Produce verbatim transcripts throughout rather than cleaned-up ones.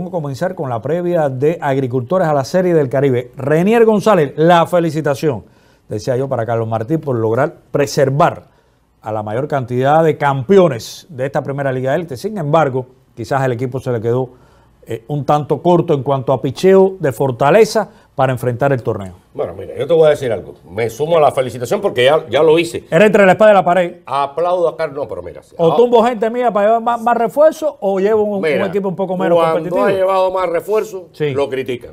propongo comenzar con la previa de Agricultores a la Serie del Caribe. Renier González, la felicitación, decía yo, para Carlos Martín por lograr preservar a la mayor cantidad de campeones de esta primera Liga Élite. Sin embargo, quizás el equipo se le quedó eh, un tanto corto en cuanto a picheo de fortaleza para enfrentar el torneo. Bueno, mira, yo te voy a decir algo. Me sumo a la felicitación porque ya, ya lo hice. Era entre la espada y la pared. Aplaudo a Carlos. No, pero mira. O tumbo gente mía para llevar más, más refuerzos o llevo un, mira, un equipo un poco menos competitivo. Cuando ha llevado más refuerzos, sí, lo critican.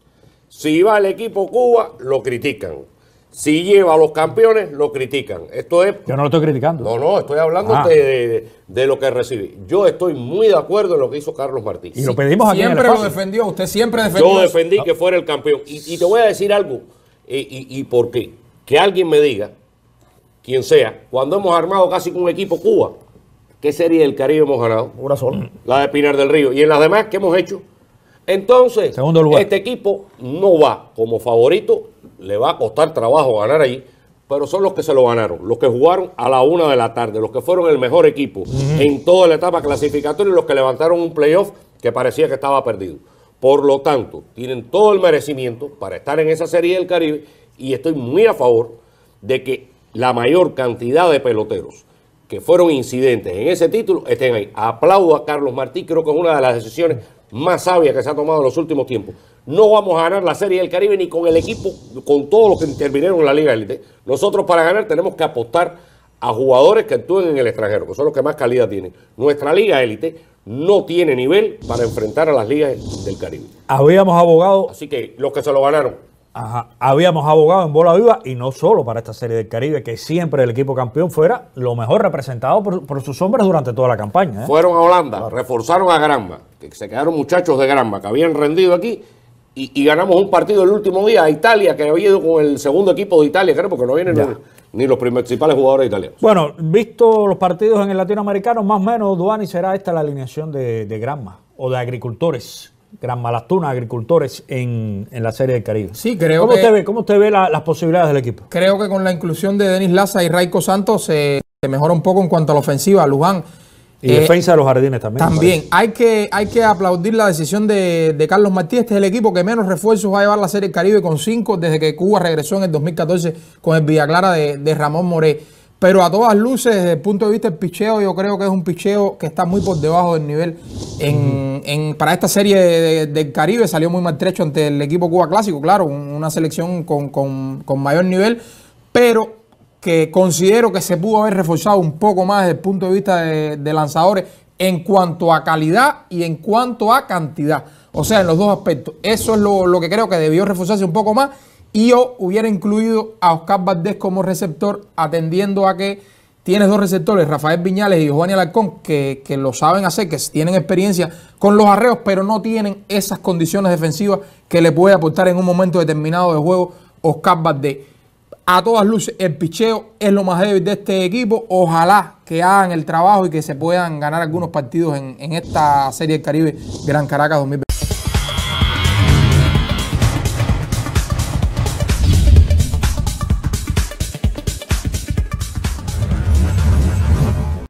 Si va el equipo Cuba, lo critican. Si lleva a los campeones, lo critican. Esto es... Yo no lo estoy criticando. No, no, estoy hablando ah. de, de, de lo que recibe. Yo estoy muy de acuerdo en lo que hizo Carlos Martín. Y sí, lo pedimos aquí. Siempre lo defendió, usted siempre defendió. Yo defendí no. que fuera el campeón. Y, y te voy a decir algo. Y, y, y por qué. Que alguien me diga, quien sea, cuando hemos armado casi con un equipo Cuba, ¿qué serie del Caribe hemos ganado? Una sola. La de Pinar del Río. Y en las demás, ¿qué hemos hecho? Entonces, este equipo no va como favorito, le va a costar trabajo ganar allí, pero son los que se lo ganaron, los que jugaron a la una de la tarde, los que fueron el mejor equipo uh-huh. en toda la etapa clasificatoria y los que levantaron un playoff que parecía que estaba perdido. Por lo tanto, tienen todo el merecimiento para estar en esa serie del Caribe y estoy muy a favor de que la mayor cantidad de peloteros que fueron incidentes en ese título estén ahí. Aplaudo a Carlos Martín, creo que es una de las decisiones más sabia que se ha tomado en los últimos tiempos. No vamos a ganar la Serie del Caribe ni con el equipo, con todos los que intervinieron en la Liga Élite. Nosotros para ganar tenemos que apostar a jugadores que actúen en el extranjero, que son los que más calidad tienen. Nuestra Liga Élite no tiene nivel para enfrentar a las ligas del Caribe. Habíamos abogado... Así que los que se lo ganaron. Ajá, habíamos abogado en bola viva y no solo para esta Serie del Caribe, que siempre el equipo campeón fuera lo mejor representado por, por sus hombres durante toda la campaña. ¿eh? Fueron a Holanda, claro. reforzaron a Granma, que se quedaron muchachos de Granma que habían rendido aquí y, y ganamos un partido el último día a Italia, que había ido con el segundo equipo de Italia, creo, porque no vienen los, ni los principales jugadores italianos. Bueno, visto los partidos en el latinoamericano, más o menos, Duani, será esta la alineación de, de Granma o de Agricultores. Granma Las Tunas, Agricultores en, en la Serie del Caribe. Sí, creo ¿Cómo que... Usted ve, ¿Cómo usted ve la, las posibilidades del equipo? Creo que con la inclusión de Denis Laza y Raico Santos se, se mejora un poco en cuanto a la ofensiva. Luján. Y eh, defensa de los Jardines también. También. Hay que, hay que aplaudir la decisión de, de Carlos Martín. Este es el equipo que menos refuerzos va a llevar la Serie del Caribe, con cinco desde que Cuba regresó en el dos mil catorce con el Villa Clara de, de Ramón Moré. Pero a todas luces, desde el punto de vista del picheo, yo creo que es un picheo que está muy por debajo del nivel. En, en, para esta serie de, de, del Caribe salió muy maltrecho ante el equipo Cuba Clásico, claro, una selección con, con, con mayor nivel, pero que considero que se pudo haber reforzado un poco más desde el punto de vista de, de lanzadores en cuanto a calidad y en cuanto a cantidad. O sea, en los dos aspectos. Eso es lo, lo que creo que debió reforzarse un poco más. Y yo hubiera incluido a Oscar Valdés como receptor, atendiendo a que tienes dos receptores, Rafael Viñales y Giovanni Alarcón, que, que lo saben hacer, que tienen experiencia con los arreos, pero no tienen esas condiciones defensivas que le puede aportar en un momento determinado de juego Oscar Valdés. A todas luces, el picheo es lo más débil de este equipo. Ojalá que hagan el trabajo y que se puedan ganar algunos partidos en, en esta Serie del Caribe Gran Caracas dos mil veinte.